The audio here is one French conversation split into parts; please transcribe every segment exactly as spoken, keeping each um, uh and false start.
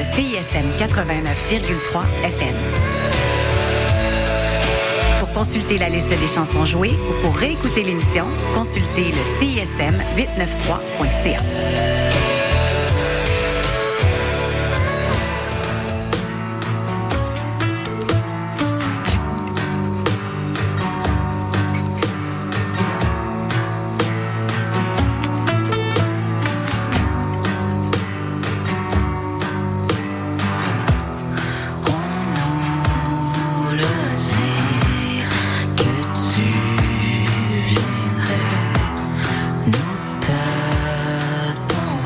de C I S M quatre-vingt-neuf virgule trois F M. Pour consulter la liste des chansons jouées ou pour réécouter l'émission, consultez le C I S M huit cent quatre-vingt-trois point C A. Nous t'attendons.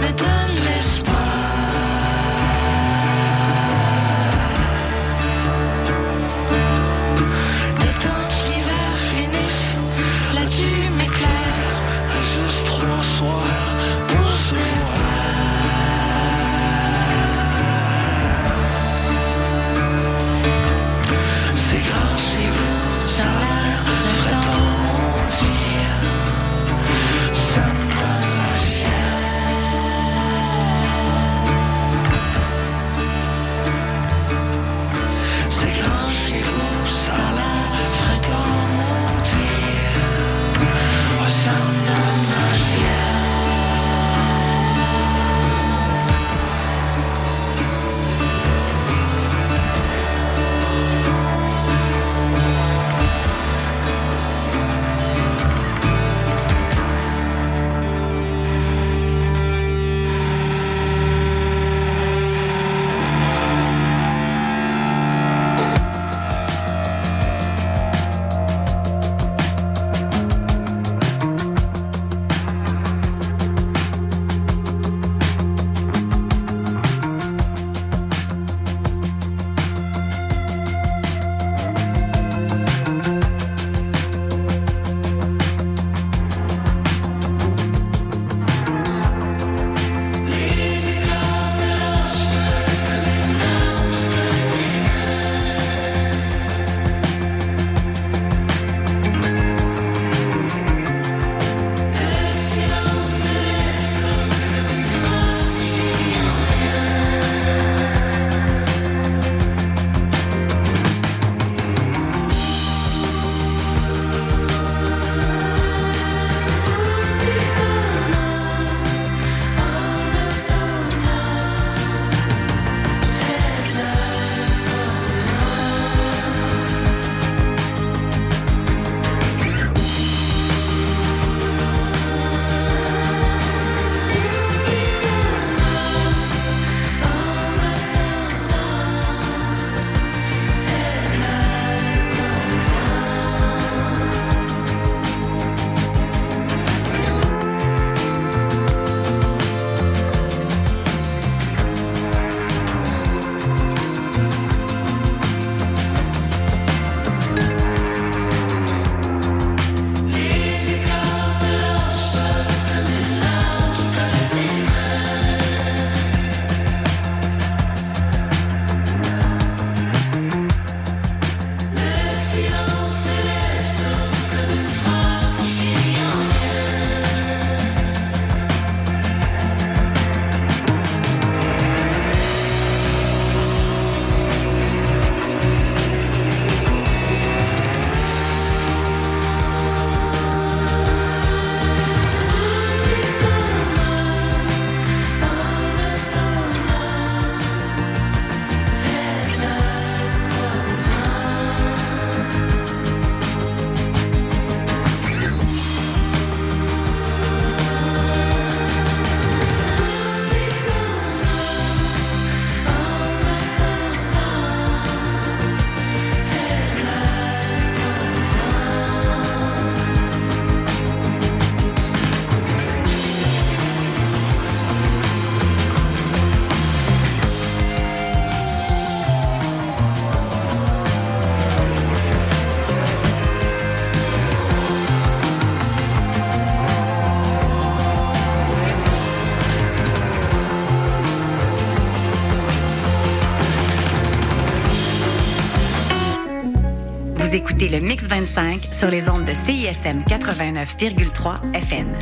Vous écoutez le Mix vingt-cinq sur les ondes de C I S M quatre-vingt-neuf virgule trois F M.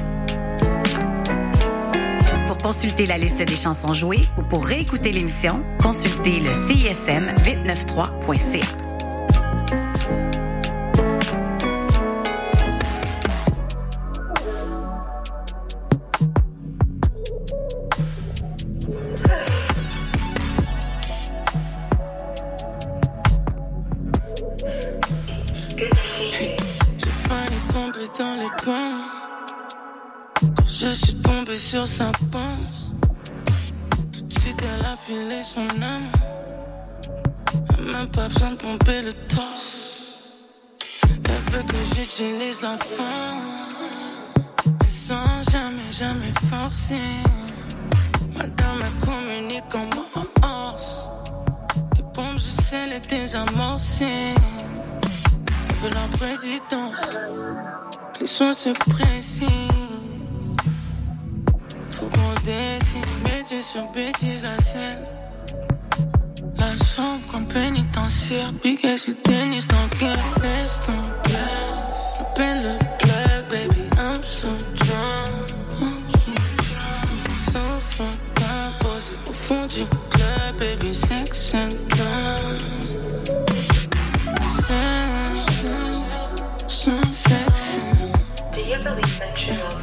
Pour consulter la liste des chansons jouées ou pour réécouter l'émission, consultez le C I S M huit cent quatre-vingt-trois point C A. Sur sa pince, tout de suite elle a filé son âme. Elle a même pas besoin de pomper le torse. Elle veut que j'utilise la force, mais sans jamais, jamais forcer. Madame, elle communique en morse. Les bombes, je sais, les désamorcer. Elle veut la présidence. Les choses se précisent. Faut qu'on décide. Bêtise sur bêtise, la scène. La chambre comme pénitentiaire. Piqué sur le tennis dans le game. C'est ton bluff. Appelle le plug, baby. I'm so drunk. Sauf on t'a posé au fond du club, baby. Sex and drugs. Sex, sex, sex. Do you believe in true love?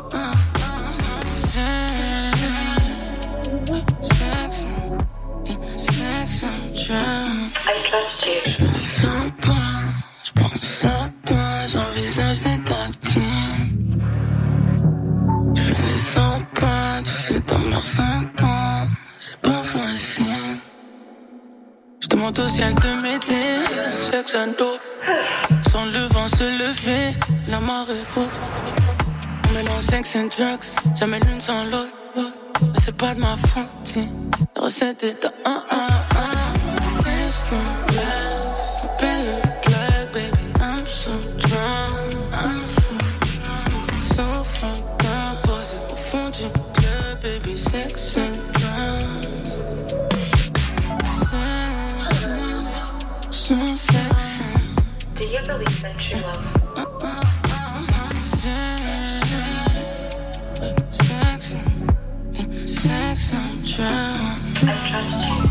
I trust you. Je ne sens pas, je pense à toi, j'envisage des taquines. Je ne sens pas, tu sais dormir sans toi, c'est pas facile. Je demande au ciel de m'aider, sex and dope. Sans le vent se lever, la marée haute. On met dans sex and drugs, jamais l'une sans l'autre. Mais c'est pas de ma faute, si la recette est à un, un, un. C'est ton rêve, appelle le plug, baby. I'm so drunk, I'm so drunk. Sauf on t'a posé au fond du club, baby. Sex and drugs. Sex, sex, sex. Do you believe in true love? Sex, sex and drugs. I trust you.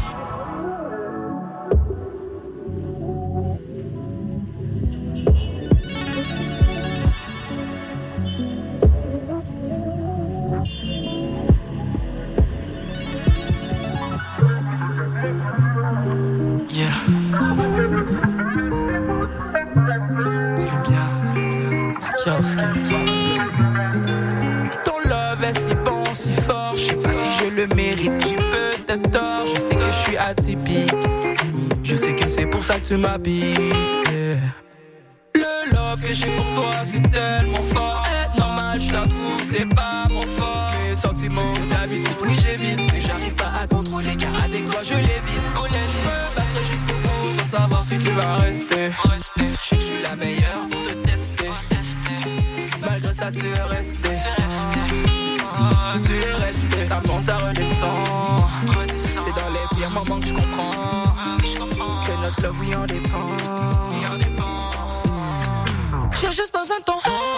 Ton love est si bon, si fort. Je sais pas si je le mérite, j'ai peut-être tort. Je sais que je suis atypique. Je sais que c'est pour ça que tu m'habites. Yeah. Le love que j'ai pour toi, c'est tellement fort. Être normal, je t'avoue, c'est pas mon fort. Mes sentiments, d'habitude, oui j'évite. Mais j'arrive pas à contrôler car avec toi je l'évite. Oh là, je me battrai jusqu'au bout sans savoir si tu vas rester. Je sais que je suis la meilleure pour te tester. Malgré ça tu es resté. Oh, tu es resté. Ça monte, ça redescend. C'est dans les pires moments que je comprends que notre love, oui, en dépend. J'ai juste besoin de ton.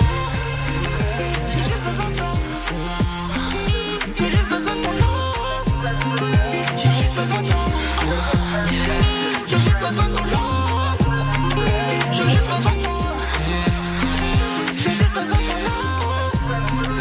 J'ai juste besoin de ton. J'ai juste besoin de ton love. J'ai juste besoin de ton. J'ai juste besoin de ton love. J'ai juste besoin de ton. J'ai juste besoin de ton love.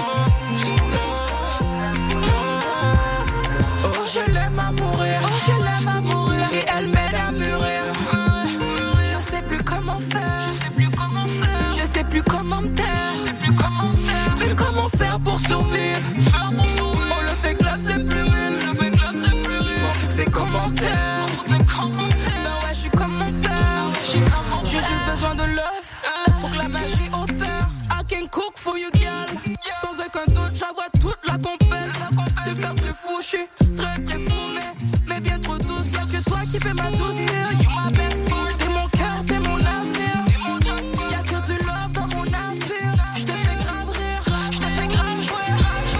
Oh, je l'aime à mourir. Oh, je l'aime à mourir. Et elle m'aide à mûrir. Je sais plus comment faire. Je sais plus comment faire. Je sais plus comment me taire. Je sais plus comment faire. Plus comment faire pour survivre. Faire pour survivre. Oh, le fake love c'est plus real. Le fake love c'est plus real. Je m'en fous que c'est commentaires. Ben ouais, je suis comme mon père. J'ai juste besoin de love pour que la magie opère. I can cook for you, girl. Sans aucun doute, j'envoie toute la compète. C'est faire très fou, je suis très très fou, mais, mais bien trop douce. Y'a que toi qui fais m'adoucir. You my best boy. T'es mon cœur, t'es mon avenir. Y'a que du love dans mon navire. J'te fais grave rire, j'te fais grave jouer.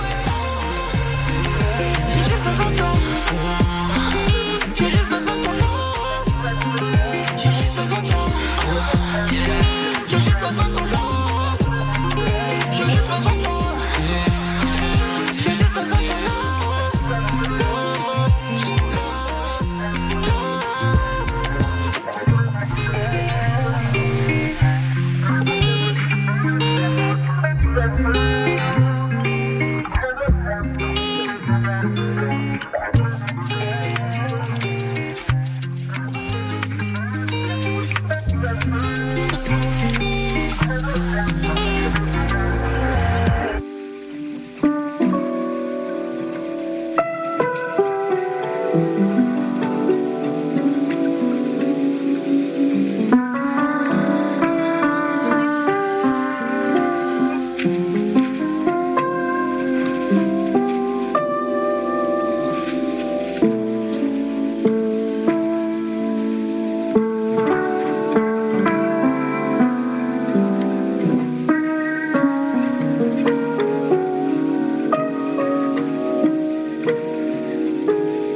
J'ai juste besoin de ton. J'ai juste besoin de ton love. J'ai juste besoin de ton. J'ai juste besoin de ton love. J'ai juste besoin de ton. J'ai juste besoin de ton love.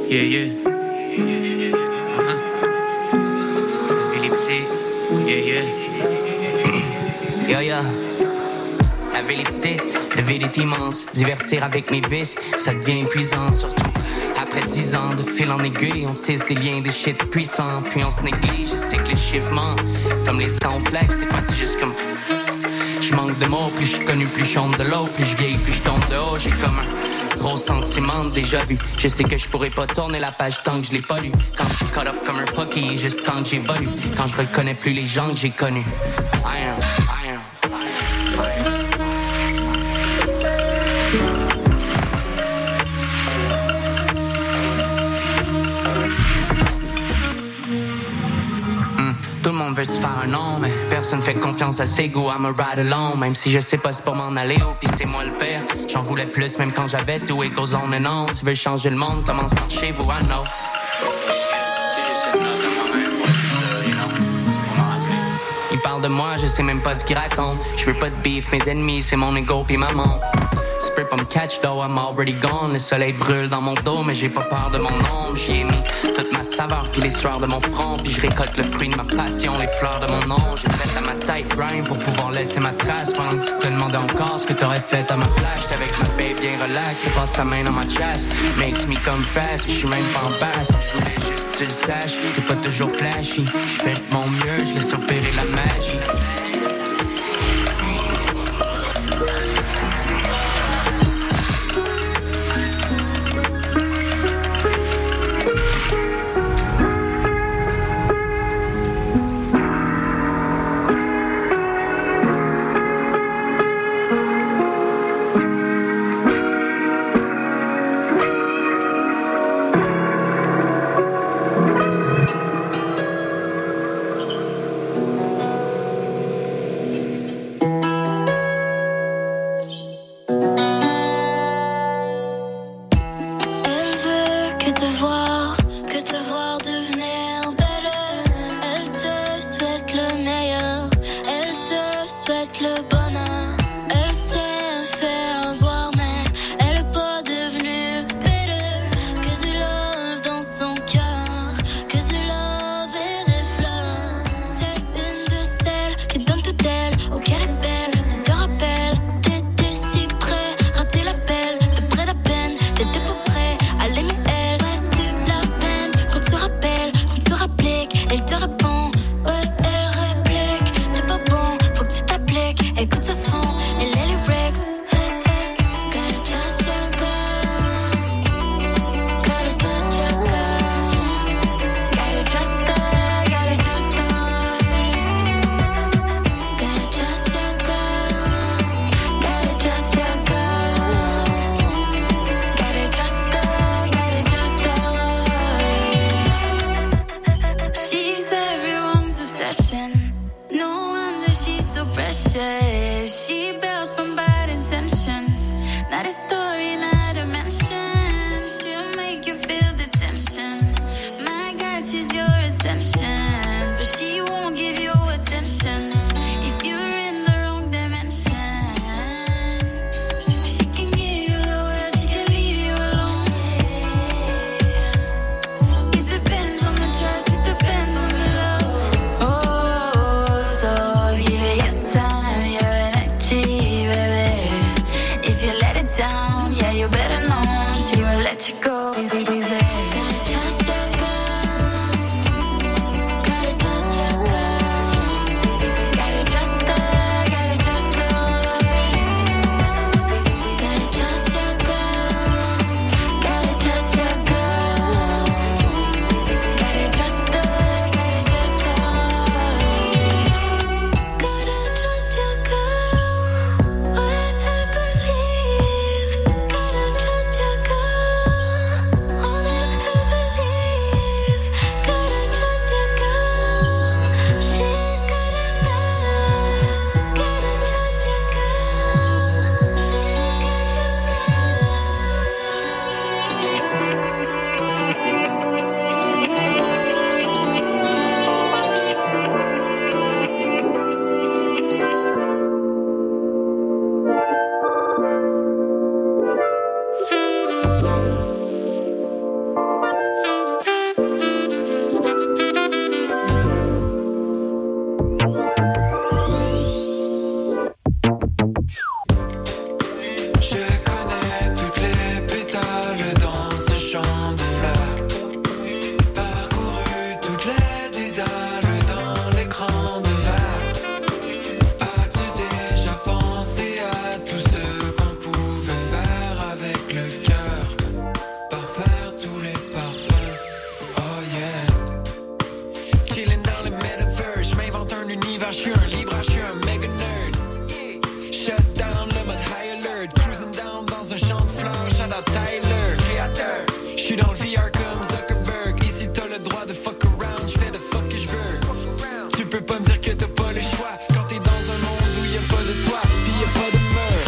Yeah, yeah. Uh-huh. Lever les petits. Yeah, yeah. Yo, yo. Laver les petites, le vide est immense. Divertir avec mes vices, ça devient épuisant. Surtout après dix ans de fil en aiguille, on tisse des liens, des shit puissants. Puis on se néglige, je sais que les chiffres mentent. Comme les cornflakes, des fois c'est juste comme... Je manque de mots, plus je suis connu, plus je chante de l'eau. Plus je vieillis, plus je tombe de haut. J'ai comme un gros sentiment de déjà vu. Je sais que je pourrais pas tourner la page tant que je l'ai pas lu. Quand je suis caught up comme un pocky, juste tant que j'évolue. Quand je reconnais plus les gens que j'ai connus. I am, I am. Tout le monde veut se faire un nom, mais personne fait confiance à ses goûts. I'm a ride alone, même si je sais pas c'est pour m'en aller ou pis c'est moi le père. J'en voulais plus même quand j'avais tout et goes on and on. Tu veux changer le monde, commence par chez vous, I know. Il parle de moi, je sais même pas ce qu'il raconte. Je veux pas de beef, mes ennemis c'est mon ego pis maman. Tu peux pas me catch though, I'm already gone. Le soleil brûle dans mon dos, mais j'ai pas peur de mon ombre. J'y ai mis toute ma saveur puis les sueurs de mon front. Puis je récolte le fruit de ma passion, les fleurs de mon nom. J'ai fait à ma tête rhyme pour pouvoir laisser ma trace. Pendant que tu te demandais encore ce que t'aurais fait à ma place. J'étais avec ma babe bien relax, elle passe sa main dans ma chest. Makes me come fast, je suis même pas en basse. Je voulais juste que tu le saches, c'est pas toujours flashy. Je fais de mon mieux, je laisse opérer la magie. up Tyler, créateur. J'suis dans le V R comme Zuckerberg. Ici t'as le droit de fuck around, j'fais de fuck que j'veux. Tu peux pas me dire que t'as pas le choix quand t'es dans un monde où y'a pas de toit, pis y'a pas de mur.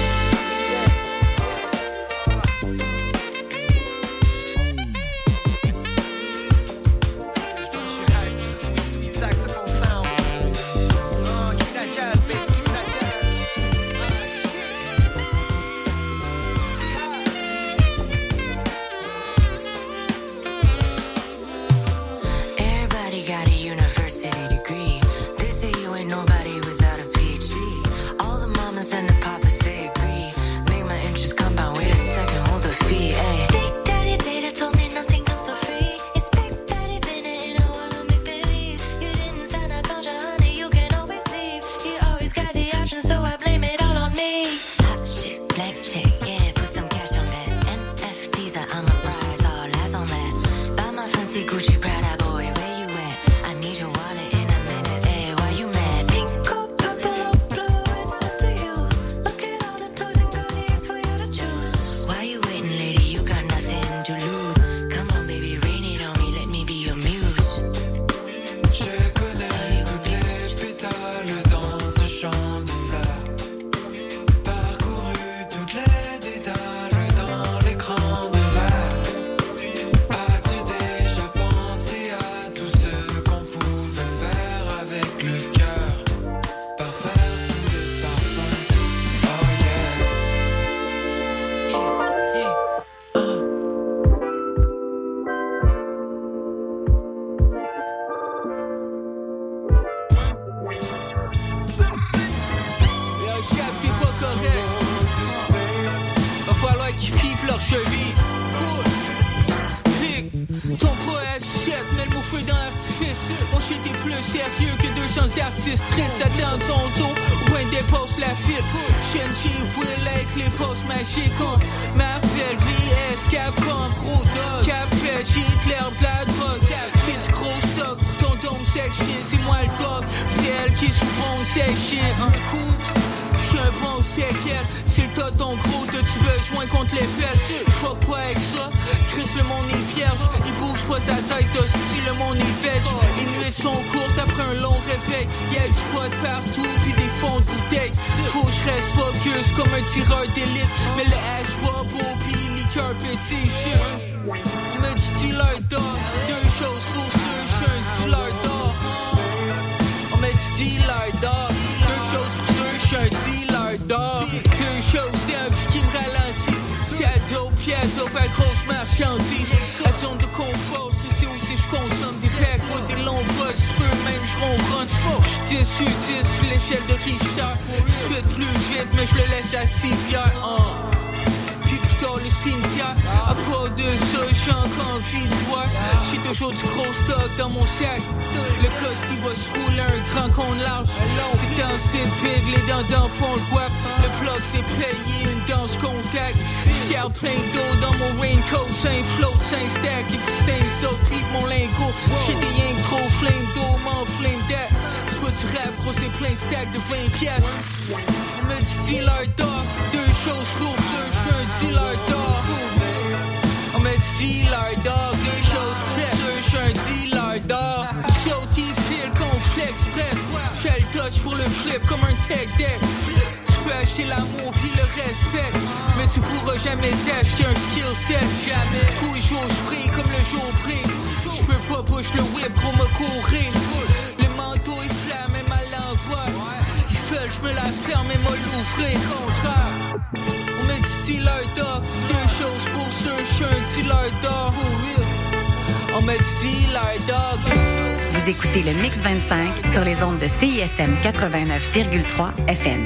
Vous écoutez le Mix vingt-cinq sur les ondes de C I S M quatre-vingt-neuf virgule trois F M.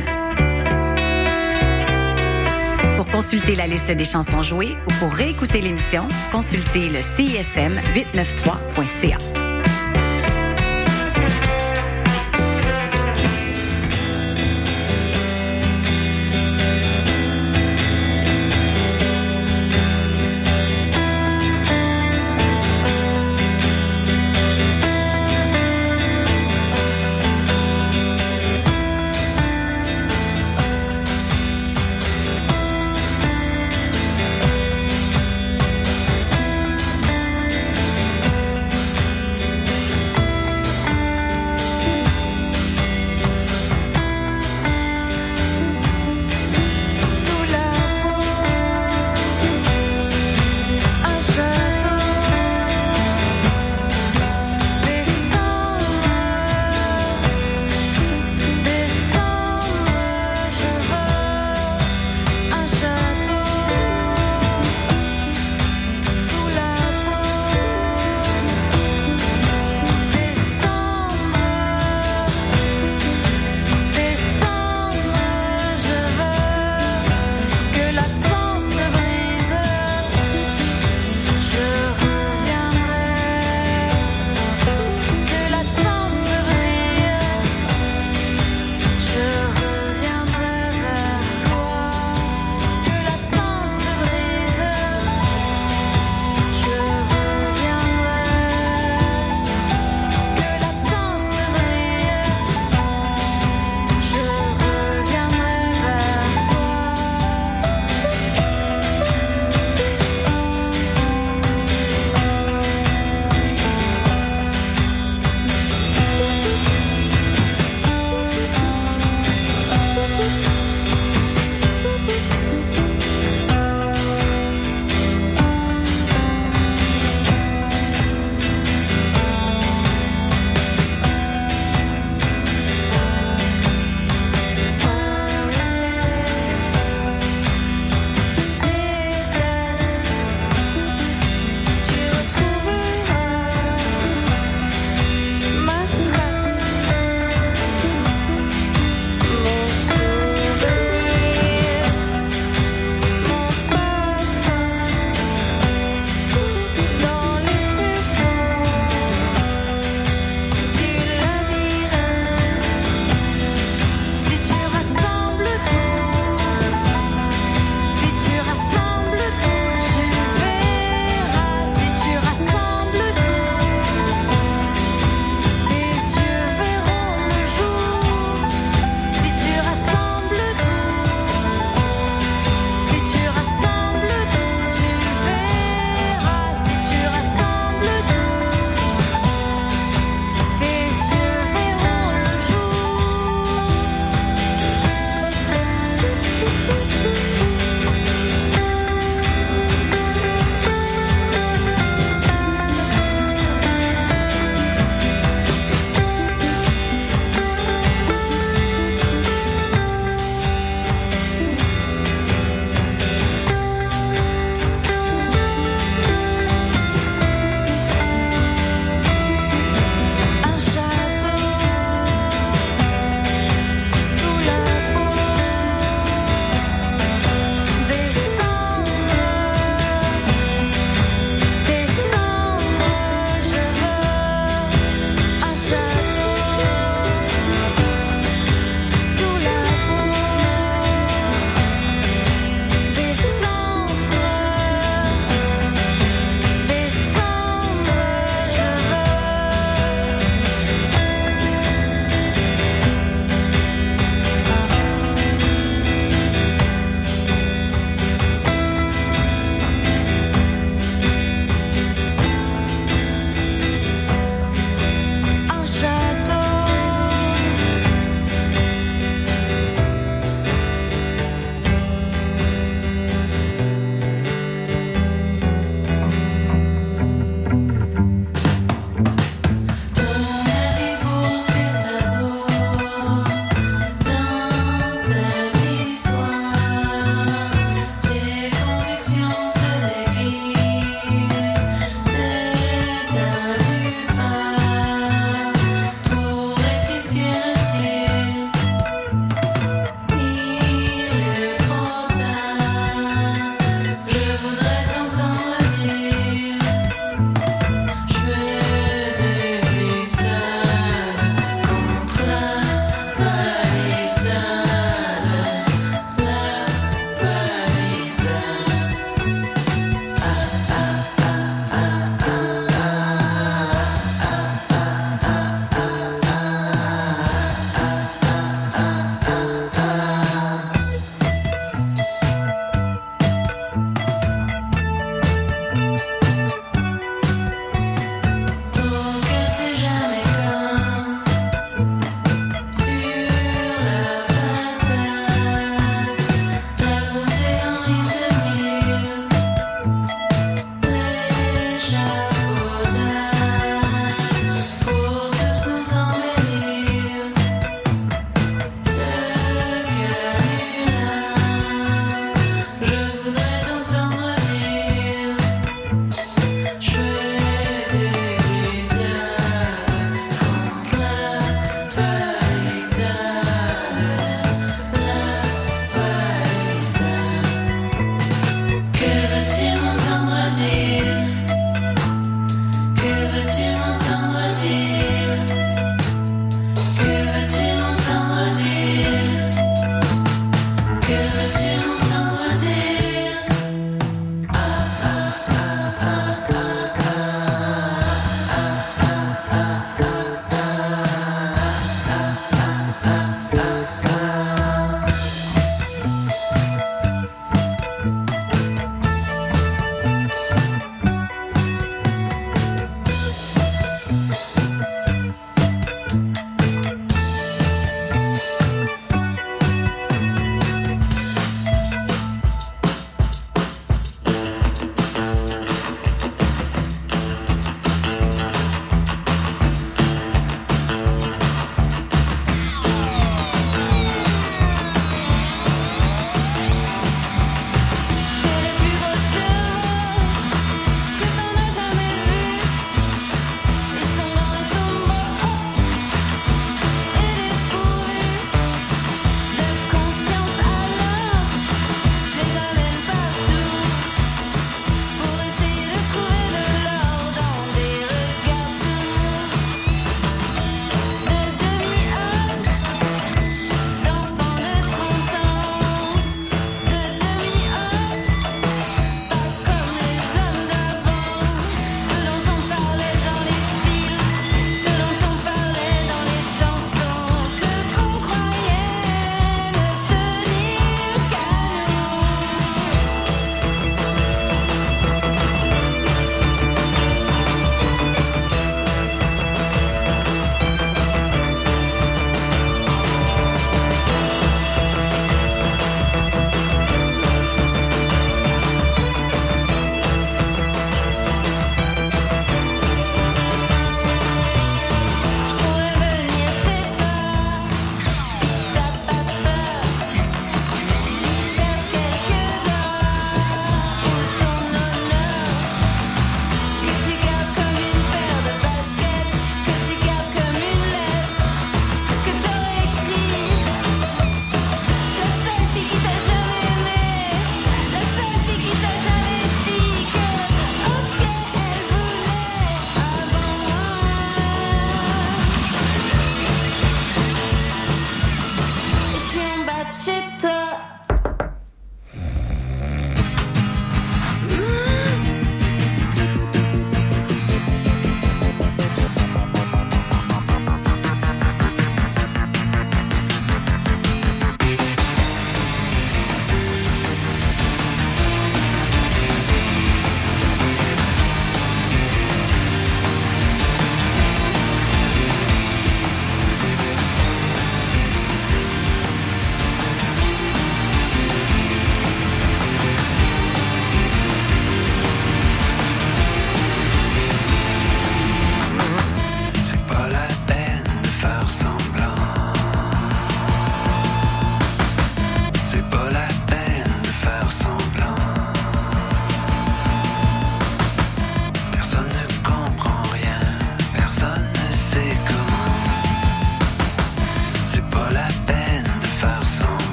Pour consulter la liste des chansons jouées ou pour réécouter l'émission, consultez le C I S M huit cent quatre-vingt-trois point C A.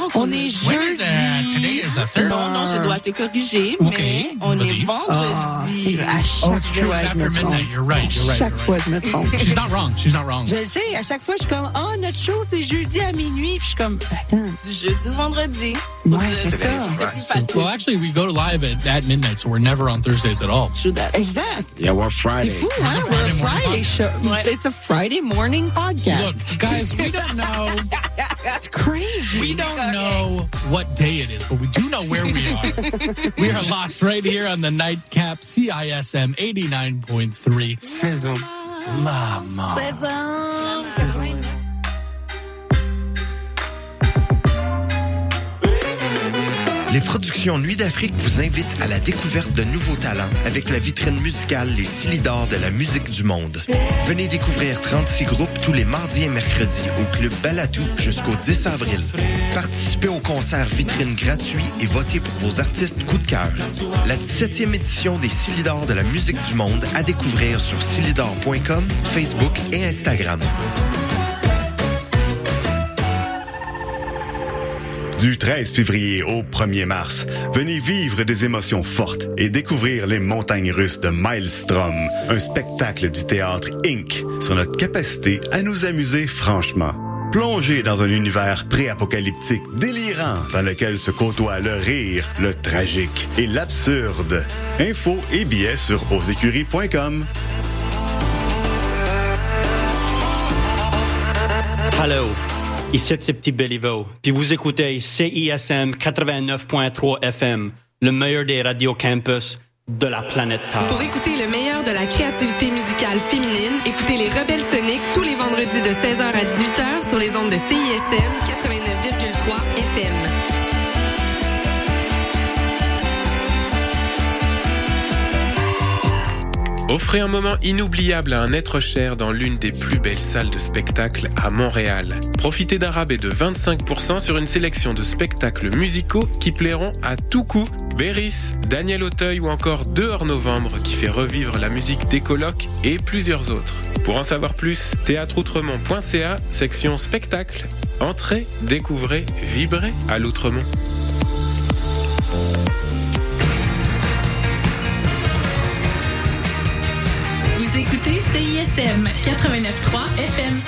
On est jeudi. When is, uh, today is the third. Non, non, je dois te corriger, Okay. mais on Vas-y. est vendredi. Oh, à chaque Oh, it's true. fois, It's je me after trompe. midnight. You're right. You're right. À chaque you're fois, right. je me trompe. She's not wrong. She's not wrong. Je le sais, à chaque fois, je suis comme, oh, notre show, c'est jeudi à minuit. Puis je suis comme, attends. Du jeudi au vendredi. Ouais, Donc, c'est euh, ça. C'est plus facile. Well, actually, we go live at, at midnight, so we're never on Thursdays at all. True that. Exact. Yeah, we're C'est Friday. fou, It's hein? a We're Friday a morning Friday podcast. show. Ouais. It's a Friday morning podcast. Look, guys, we don't know. It's crazy. We don't know what day it is, but we do know where we are. We are locked right here on the Nightcap C I S M eighty-nine point three. Sizzle. Mama. Sizzling. Les productions Nuit d'Afrique vous invitent à la découverte de nouveaux talents avec la vitrine musicale Les Silidors de la musique du monde. Venez découvrir trente-six groupes tous les mardis et mercredis au Club Balatou jusqu'au dix avril. Participez au concert vitrine gratuit et votez pour vos artistes coup de cœur. La dix-septième édition des Silidors de la musique du monde à découvrir sur silidor point com, Facebook et Instagram. Du treize février au premier mars, venez vivre des émotions fortes et découvrir les montagnes russes de Maelstrom, un spectacle du théâtre Inc sur notre capacité à nous amuser franchement. Plongez dans un univers pré-apocalyptique délirant dans lequel se côtoient le rire, le tragique et l'absurde. Infos et billets sur aux écuries point com. Hello, ici c'est Petit Béliveau, puis vous écoutez C I S M quatre-vingt-neuf point trois F M, le meilleur des radios campus de la planète Terre. Pour écouter le meilleur de la créativité musicale féminine, écoutez les Rebelles Soniques tous les vendredis de seize heures à dix-huit heures sur les ondes de C I S M quatre-vingt-neuf virgule trois F M. Offrez un moment inoubliable à un être cher dans l'une des plus belles salles de spectacle à Montréal. Profitez d'un rabais de vingt-cinq pour cent sur une sélection de spectacles musicaux qui plairont à tout coup. Béris, Daniel Auteuil ou encore deux Novembre qui fait revivre la musique des colocs et plusieurs autres. Pour en savoir plus, théâtre outremont point c a, section spectacle. Entrez, découvrez, vibrez à l'Outremont. Vous écoutez C I S M quatre-vingt-neuf point trois F M.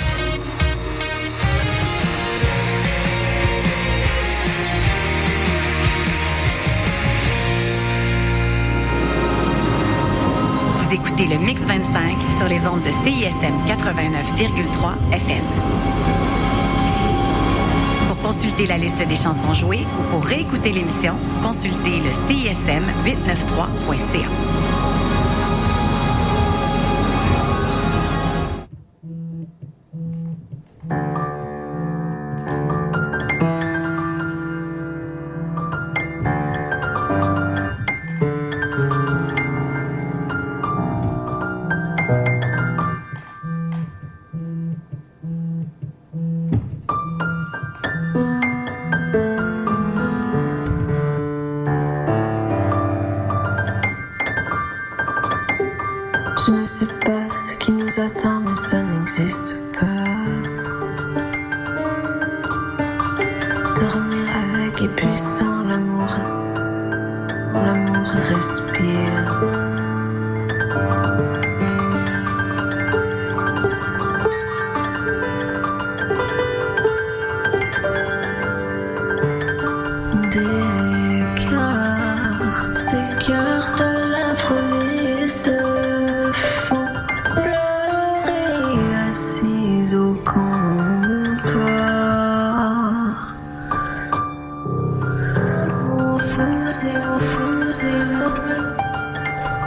Vous écoutez le Mix vingt-cinq sur les ondes de C I S M quatre-vingt-neuf virgule trois F M. Pour consulter la liste des chansons jouées ou pour réécouter l'émission, consultez le C I S M huit cent quatre-vingt-trois point c a. Je ne sais pas ce qui nous attend, mais ça n'existe pas. Dormir avec et puis sans l'amour, l'amour respire. Des cartes, des cartes à l'improviste font pleurer assises au comptoir. On faisait, on faisait,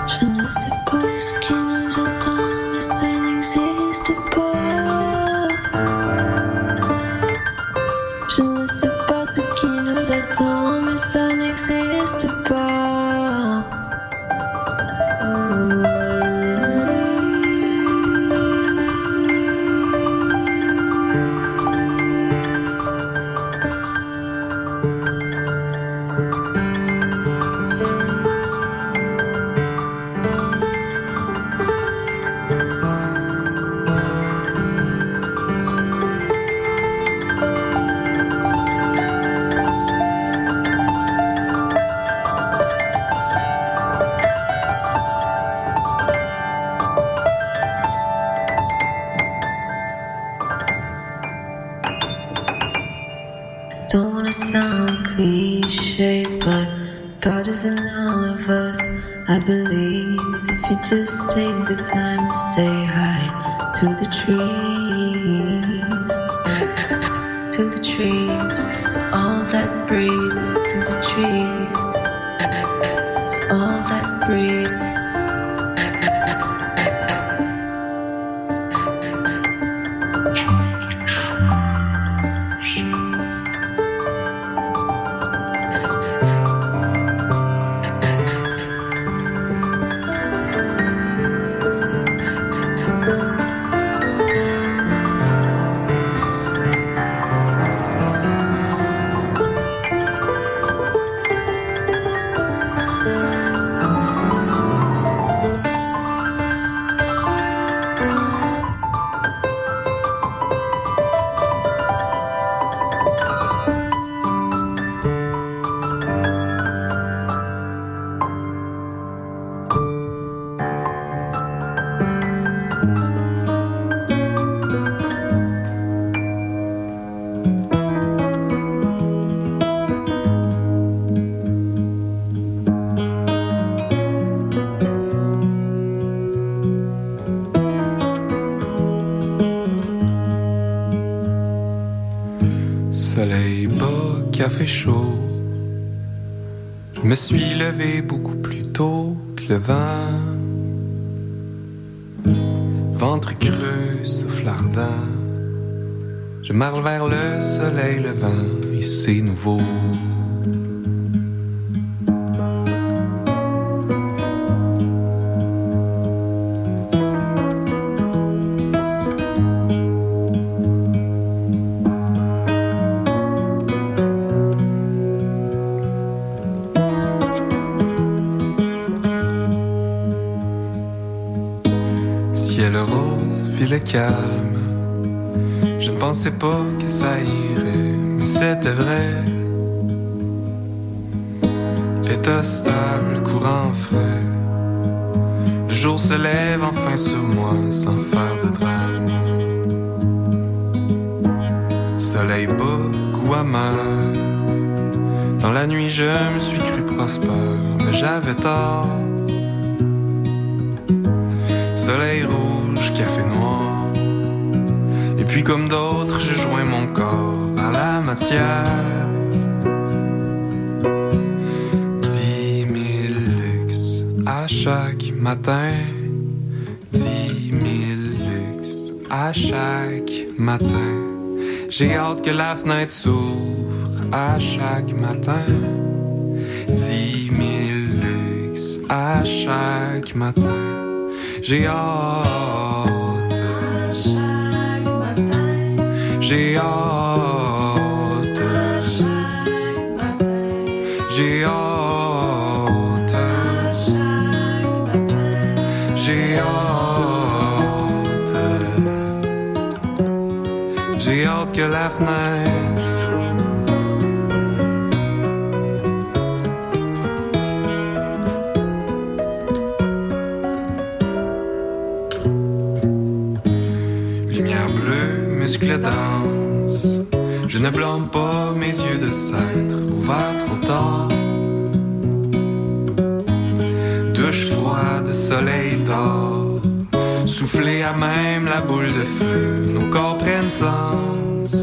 don't wanna sound cliche, but God is in all of us. I believe if you just take the time to say hi to the trees, to the trees, to all that breeze, to the trees, to all that breeze. Soleil bas, café chaud. Je me suis levé beaucoup plus tôt que le vent. Ventre creux, souffle ardent. Je marche vers le soleil levant et c'est nouveau. Calme. Je ne pensais pas que ça irait, mais c'était vrai. État stable, courant frais. Le jour se lève enfin sur moi sans faire de drame. Soleil bas, goût amer. Dans la nuit je me suis cru prospère, mais j'avais tort. Soleil rouge, café noir. Et puis comme d'autres, je joins mon corps à la matière. Dix mille luxe à chaque matin. Dix mille luxe à chaque matin. J'ai hâte que la fenêtre s'ouvre à chaque matin. Dix mille luxe à chaque matin. J'ai hâte. J'ai hâte, j'ai hâte, j'ai hâte, j'ai hâte que la fenêtre s'ouvre. Lumière bleue, muscles denses. Je ne blâme pas mes yeux de s'être ouverts trop tard. Douche froide, soleil d'or. Souffler à même la boule de feu. Nos corps prennent sens.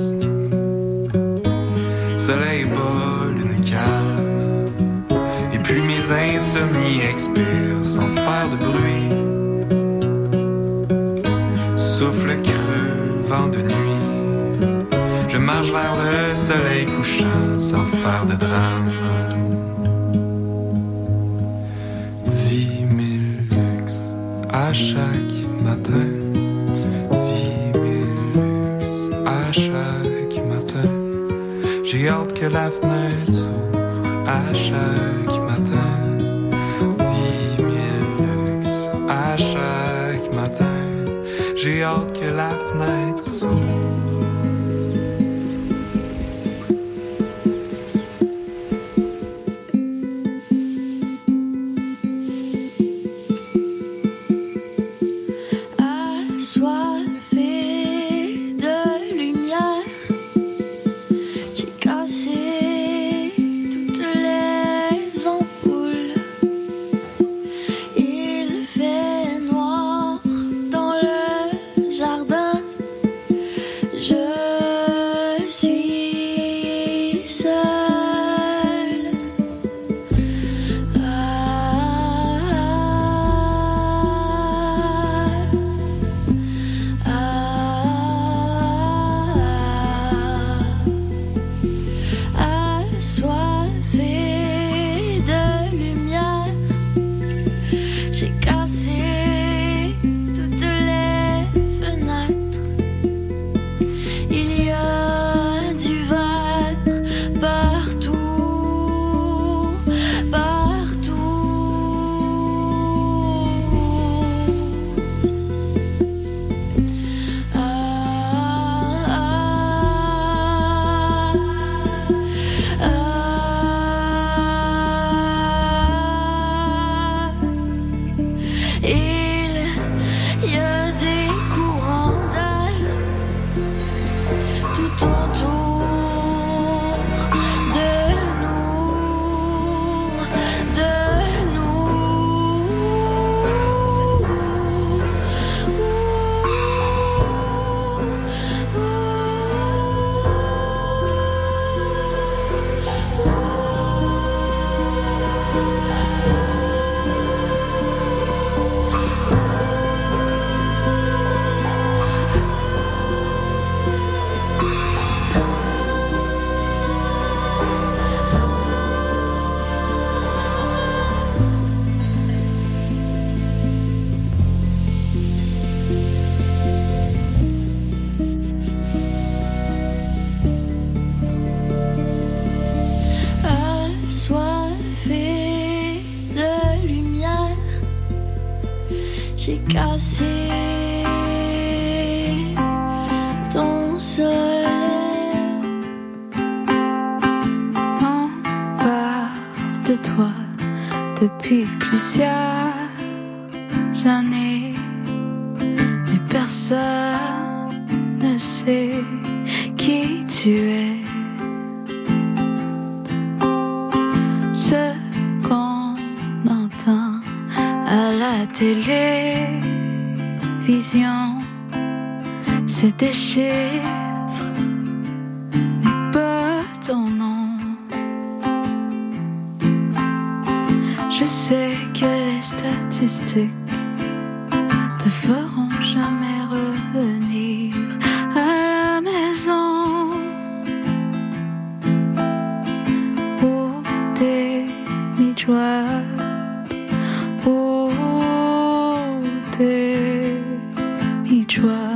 Soleil bas, lune calme. Et puis mes insomnies expirent sans faire de bruit. Souffle creux, vent de nuit. Je marche vers le soleil couchant sans faire de drame. Dix mille luxe à chaque matin. Dix mille luxe à chaque matin. J'ai hâte que la fenêtre s'ouvre à chaque matin. Dix mille luxe à chaque matin. J'ai hâte que la fenêtre s'ouvre. Assoiffé de lumière, j'ai cassé passer ton soleil. On parle de toi depuis plusieurs années, mais personne ne sait qui tu es. Ce qu'on entend à la télévision, c'est des chiffres, mais pas ton nom. Je sais que les statistiques te feront jamais revenir à la maison où t'es mi-joie, où t'es mi-joie.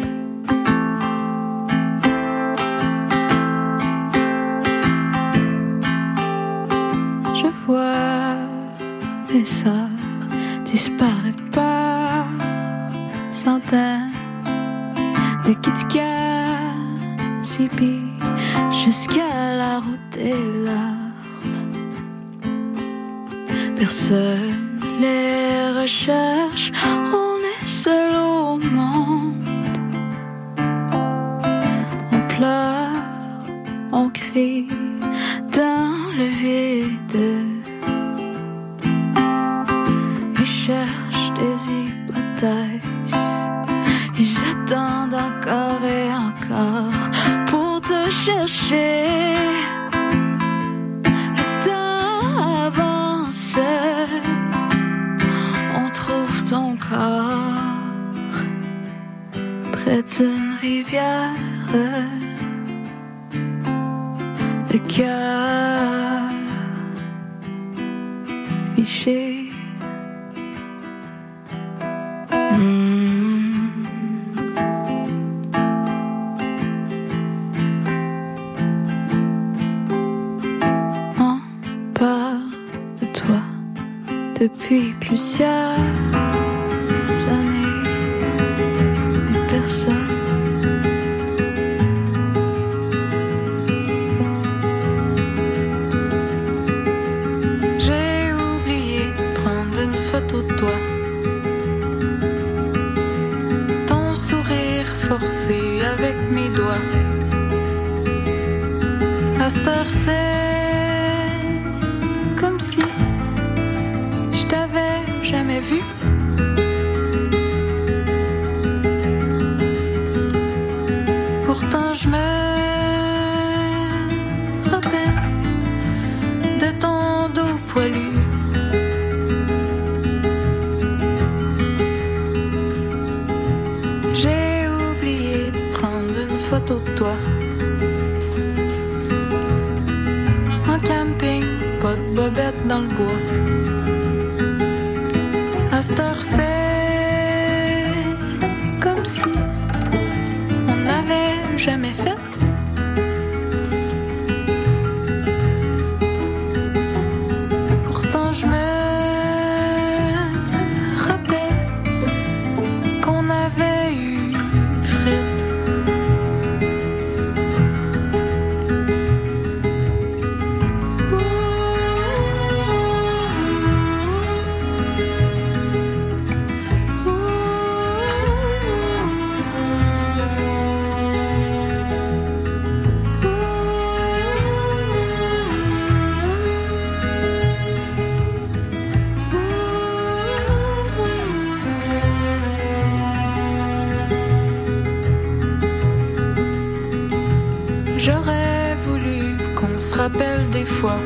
Je vois mes sœurs disparaître par centaines de Kit Kat, Zippy, jusqu'à la route des larmes. Personne les recherche, on est seul au monde. On pleure, on crie dans le vide. Ils cherchent des hypothèses, ils attendent encore et encore pour te chercher. Le temps avance, on trouve ton corps près d'une rivière. Le cœur fiché. Mmh. On parle de toi depuis plusieurs années, mais personne. J'ai oublié de prendre une photo de toi. Ton sourire forcé avec mes doigts. À cette heure, c'est comme si je t'avais jamais vu. Pourtant, je me rappelle de ton dos poilu. J'ai oublié de prendre une photo de toi. En camping, pas de bobette dans le bois. À cette heure, c'est comme si on n'avait jamais fait. Pourtant, je me rappelle qu'on avait eu frette. J'aurais voulu qu'on se rappelle des fois,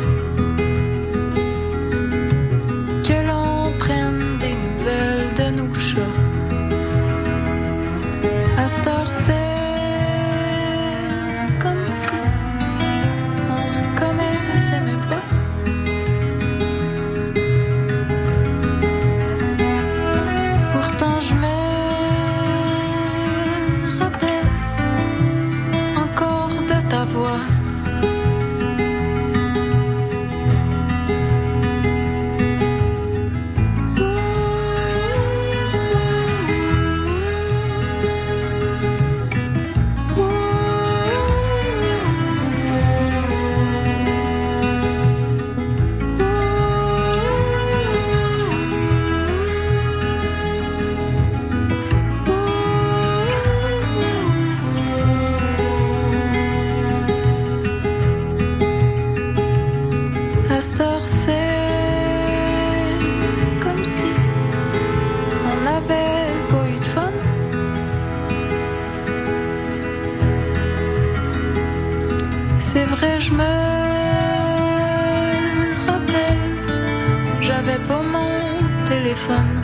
que l'on prenne des nouvelles de nos chats. À cette heure, c'est comme si on se connaissait même pas. Pourtant, je me rappelle encore de ta voix. Ouh, je me rappelle, j'avais pas mon téléphone.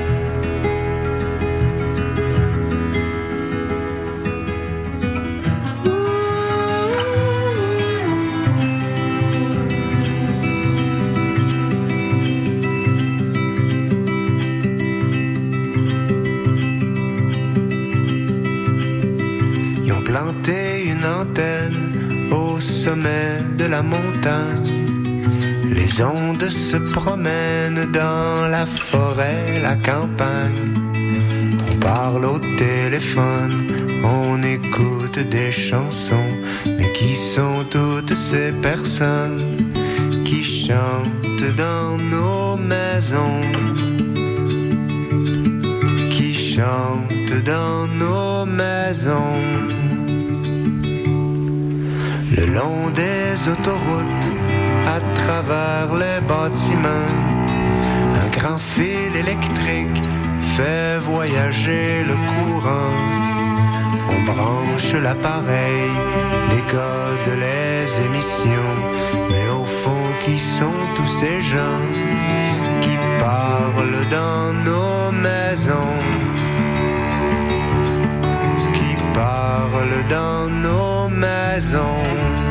Planter une antenne au sommet de la montagne. Les ondes se promènent dans la forêt, la campagne. On parle au téléphone, on écoute des chansons. Mais qui sont toutes ces personnes qui chantent dans nos maisons? Qui chantent dans nos maisons? Le long des autoroutes, à travers les bâtiments, un grand fil électrique fait voyager le courant. On branche l'appareil, décode les émissions, mais au fond qui sont tous ces gens qui parlent dans nos maisons, qui parlent dans nos maisons.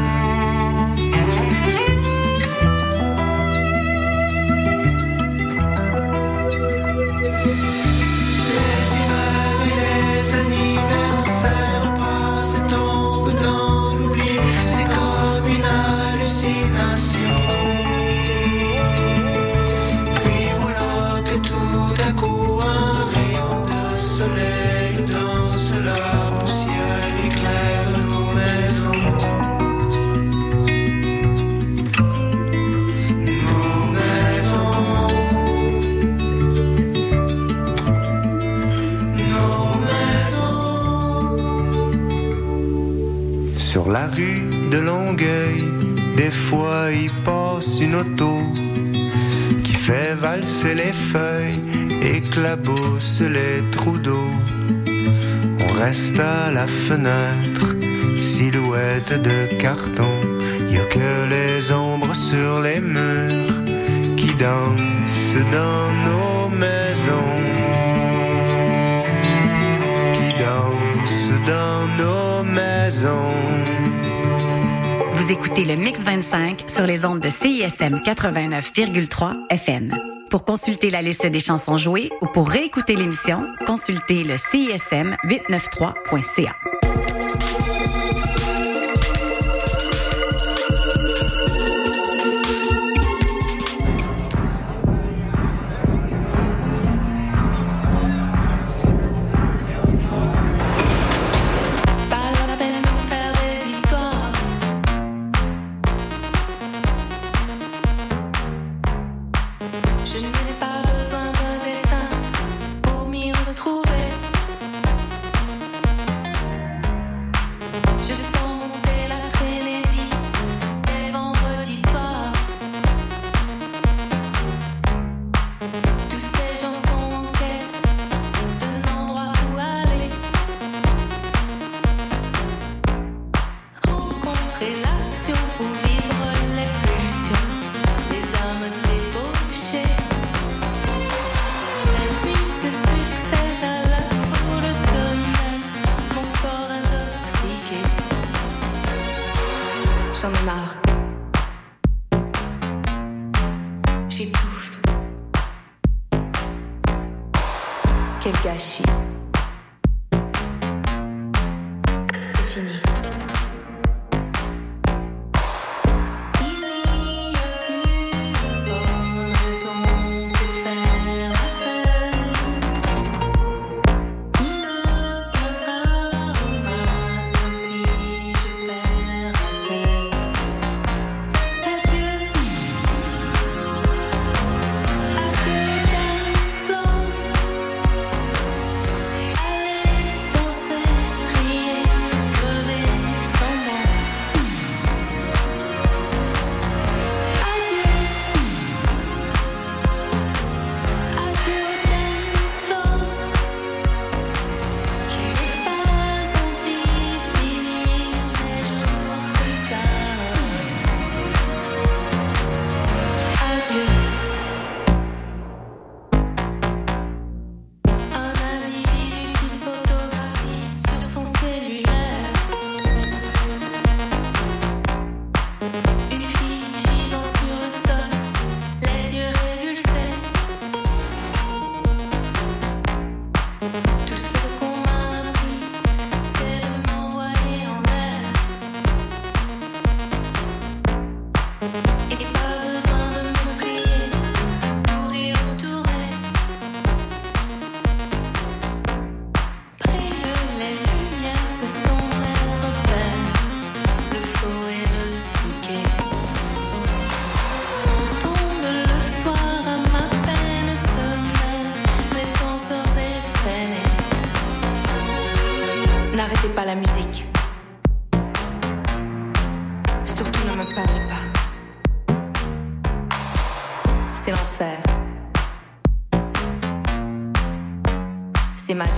Sur la rue de Longueuil, des fois il passe une auto qui fait valser les feuilles, éclabousse les trous d'eau. On reste à la fenêtre, silhouette de carton. Y a que les ombres sur les murs qui dansent dans nos maisons, qui dansent dans nos maisons. Vous écoutez le Mix vingt-cinq sur les ondes de C I S M quatre-vingt-neuf virgule trois F M. Pour consulter la liste des chansons jouées ou pour réécouter l'émission, consultez le C I S M huit cent quatre-vingt-trois point C A. J'en ai marre. J'étouffe. Quel gâchis. C'est fini. Crever N'arrêtez pas la musique. Surtout ne me parlez pas. C'est l'enfer. C'est ma vie.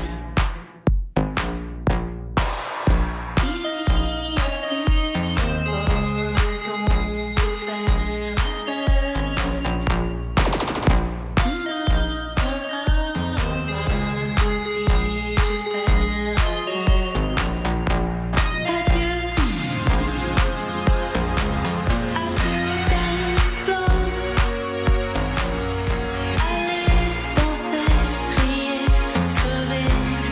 Danser, rier, crever.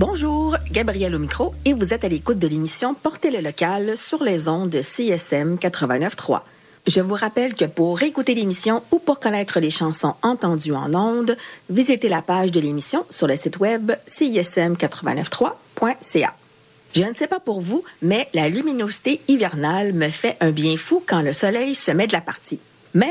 Bonjour, Gabrielle au micro et vous êtes à l'écoute de l'émission Portez le local sur les ondes de C I S M quatre-vingt-neuf trois. Je vous rappelle que pour réécouter l'émission ou pour connaître les chansons entendues en ondes, visitez la page de l'émission sur le site web C I S M quatre-vingt-neuf trois point C A. Je ne sais pas pour vous, mais la luminosité hivernale me fait un bien fou quand le soleil se met de la partie.